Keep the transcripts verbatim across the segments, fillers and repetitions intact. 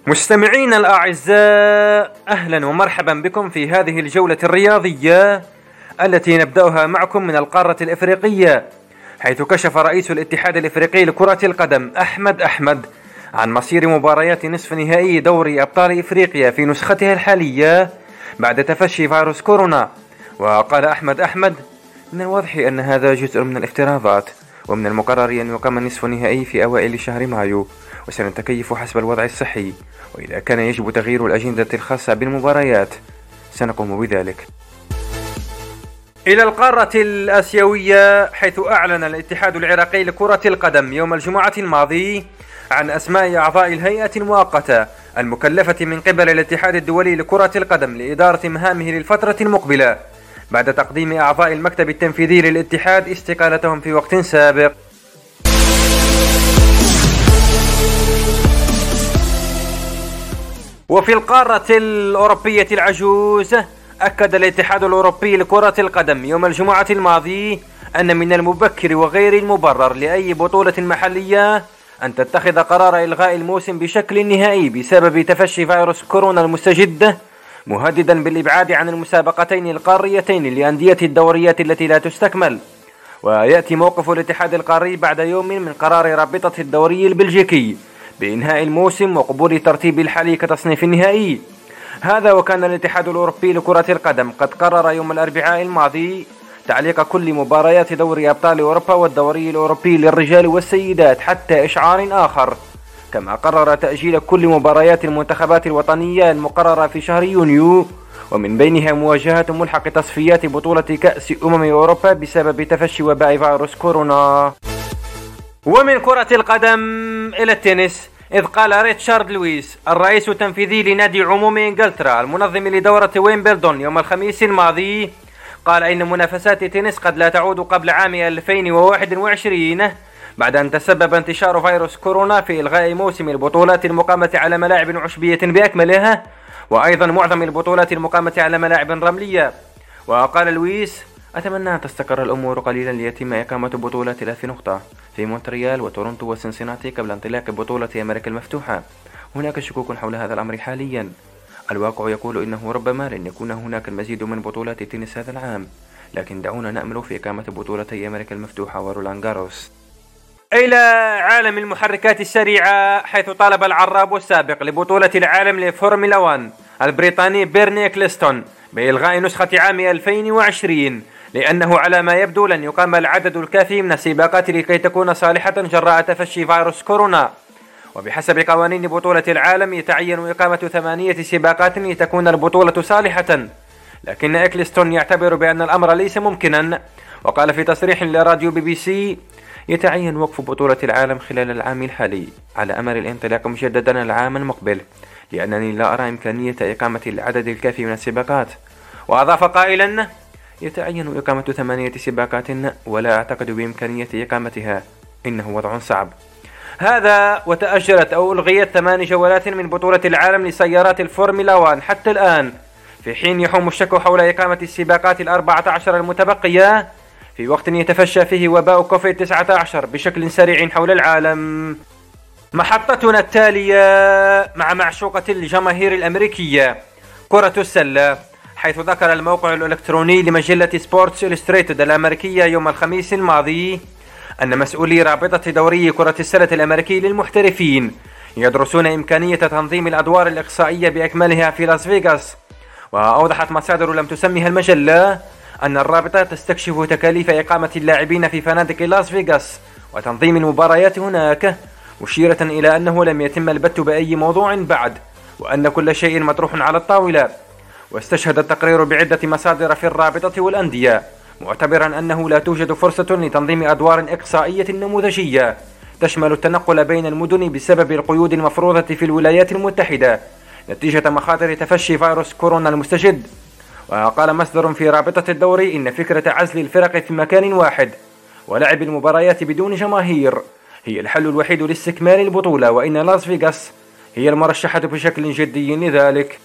مستمعينا الأعزاء، أهلا ومرحبا بكم في هذه الجولة الرياضية التي نبدأها معكم من القارة الإفريقية، حيث كشف رئيس الاتحاد الإفريقي لكرة القدم أحمد أحمد عن مصير مباريات نصف نهائي دوري أبطال إفريقيا في نسختها الحالية بعد تفشي فيروس كورونا. وقال أحمد أحمد: من الواضح أن هذا جزء من الافتراضات، ومن المقرر أن يقام النصف النهائي في أوائل شهر مايو، وسنتكيف حسب الوضع الصحي، وإذا كان يجب تغيير الأجندة الخاصة بالمباريات سنقوم بذلك. إلى القارة الآسيوية، حيث أعلن الاتحاد العراقي لكرة القدم يوم الجمعة الماضي عن أسماء أعضاء الهيئة المؤقتة المكلفة من قبل الاتحاد الدولي لكرة القدم لإدارة مهامه للفترة المقبلة، بعد تقديم أعضاء المكتب التنفيذي للاتحاد استقالتهم في وقت سابق. وفي القارة الأوروبية العجوز، أكد الاتحاد الأوروبي لكرة القدم يوم الجمعة الماضي أن من المبكر وغير المبرر لأي بطولة محلية أن تتخذ قرار إلغاء الموسم بشكل نهائي بسبب تفشي فيروس كورونا المستجد، مهددا بالإبعاد عن المسابقتين القاريتين لأندية الدوريات التي لا تستكمل. ويأتي موقف الاتحاد القاري بعد يوم من قرار رابطة الدوري البلجيكي بإنهاء الموسم وقبول ترتيب الحالي كتصنيف نهائي. هذا وكان الاتحاد الأوروبي لكرة القدم قد قرر يوم الأربعاء الماضي تعليق كل مباريات دوري أبطال أوروبا والدوري الأوروبي للرجال والسيدات حتى إشعار آخر، كما قرر تأجيل كل مباريات المنتخبات الوطنية المقررة في شهر يونيو، ومن بينها مواجهة ملحق تصفيات بطولة كأس أمم أوروبا بسبب تفشي وباء فيروس كورونا. ومن كرة القدم إلى التنس، إذ قال ريتشارد لويس الرئيس التنفيذي لنادي عموم إنجلترا المنظم لدورة ويمبلدون يوم الخميس الماضي، قال إن منافسات التنس قد لا تعود قبل عام ألفين وواحد وعشرين، بعد أن تسبب انتشار فيروس كورونا في إلغاء موسم البطولات المقامة على ملاعب عشبية بأكملها، وأيضا معظم البطولات المقامة على ملاعب رملية. وقال لويس: أتمنى أن تستقر الأمور قليلا ليتم إقامة بطولات الألف نقطة في مونتريال وتورونتو وسنسيناتي قبل انطلاق بطولة أمريكا المفتوحة. هناك شكوك حول هذا الأمر حاليا. الواقع يقول إنه ربما لن يكون هناك المزيد من بطولات التنس هذا العام، لكن دعونا نأمل في إقامة بطولتي أمريكا المفتوحة ورولان جاروس. إلى عالم المحركات السريعة، حيث طالب العراب السابق لبطولة العالم لفورمولا واحد البريطاني بيرني إكليستون بإلغاء نسخة عام ألفين وعشرين، لأنه على ما يبدو لن يقام العدد الكافي من السباقات لكي تكون صالحة جراء تفشي فيروس كورونا. وبحسب قوانين بطولة العالم يتعين إقامة ثمانية سباقات لتكون البطولة صالحة، لكن إكليستون يعتبر بأن الأمر ليس ممكنا، وقال في تصريح لراديو بي بي سي: يتعين وقف بطولة العالم خلال العام الحالي على أمل الانطلاق مجددا العام المقبل، لأنني لا أرى إمكانية إقامة العدد الكافي من السباقات. وأضاف قائلا: يتعين إقامة ثمانية سباقات ولا أعتقد بإمكانية إقامتها، إنه وضع صعب. هذا وتأجلت أو ألغيت ثمان جولات من بطولة العالم لسيارات الفورمولا واحد حتى الآن، في حين يحوم الشك حول إقامة السباقات الأربعة عشر المتبقية في وقت يتفشى فيه وباء كوفيد تسعة عشر بشكل سريع حول العالم. محطتنا التالية مع معشوقة الجماهير الأمريكية، كرة السلة، حيث ذكر الموقع الإلكتروني لمجلة سبورتس إلستريتد الأمريكية يوم الخميس الماضي أن مسؤولي رابطة دوري كرة السلة الأمريكي للمحترفين يدرسون إمكانية تنظيم الأدوار الإقصائية بأكملها في لاس فيغاس. وأوضحت مصادر لم تسميها المجلة أن الرابطة تستكشف تكاليف إقامة اللاعبين في فنادق لاس فيغاس وتنظيم المباريات هناك، مشيرة إلى أنه لم يتم البت بأي موضوع بعد، وأن كل شيء مطروح على الطاولة. واستشهد التقرير بعدة مصادر في الرابطة والأندية، معتبرا أنه لا توجد فرصة لتنظيم أدوار إقصائية نموذجية تشمل التنقل بين المدن بسبب القيود المفروضة في الولايات المتحدة نتيجة مخاطر تفشي فيروس كورونا المستجد. وقال مصدر في رابطة الدوري إن فكرة عزل الفرق في مكان واحد ولعب المباريات بدون جماهير هي الحل الوحيد لاستكمال البطولة، وإن لاس فيغاس هي المرشحة بشكل جدي لذلك.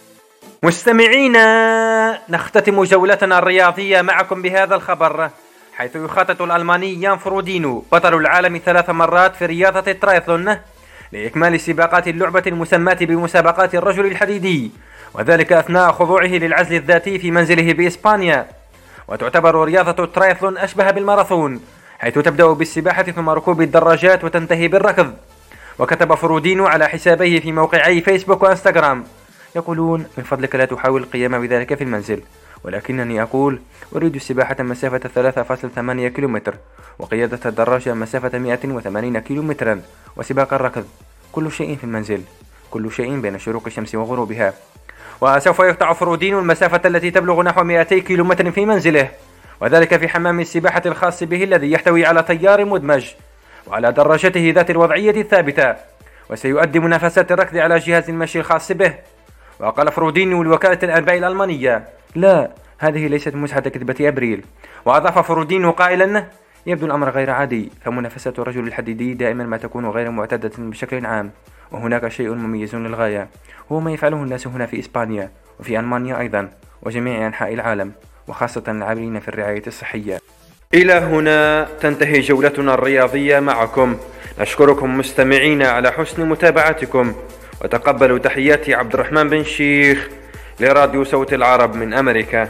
مستمعينا، نختتم جولتنا الرياضية معكم بهذا الخبر، حيث يخطط الألماني يان فرودينو بطل العالم ثلاث مرات في رياضة الترايثلون لإكمال سباقات اللعبة المسماة بمسابقات الرجل الحديدي، وذلك أثناء خضوعه للعزل الذاتي في منزله بإسبانيا. وتعتبر رياضة الترايثلون أشبه بالماراثون، حيث تبدأ بالسباحة ثم ركوب الدراجات وتنتهي بالركض. وكتب فرودينو على حسابيه في موقعي فيسبوك وانستغرام: يقولون من فضلك لا تحاول القيام بذلك في المنزل، ولكنني أقول أريد السباحة مسافة ثلاثة فاصلة ثمانية كيلومتر، وقيادة الدراجة مسافة مئة وثمانين كيلومترا، وسباق الركض. كل شيء في المنزل، كل شيء بين شروق الشمس وغروبها. وسوف يقطع فرودينو المسافة التي تبلغ نحو مئتي كيلومتر في منزله، وذلك في حمام السباحة الخاص به الذي يحتوي على تيار مدمج وعلى دراجته ذات الوضعية الثابتة، وسيؤدي منافسات الركض على جهاز المشي الخاص به. وقال فرودينو لوكالة الأنباء الألمانية: لا، هذه ليست مزحة كذبة أبريل. وأضاف فرودينو قائلا: يبدو الأمر غير عادي، فمنافسة الرجل الحديدي دائما ما تكون غير معتادة بشكل عام، وهناك شيء مميز للغاية، هو ما يفعله الناس هنا في إسبانيا وفي ألمانيا أيضا وجميع أنحاء العالم، وخاصة العاملين في الرعاية الصحية. إلى هنا تنتهي جولتنا الرياضية معكم. نشكركم مستمعين على حسن متابعتكم، وتقبلوا تحياتي عبد الرحمن بن شيخ لراديو صوت العرب من أمريكا.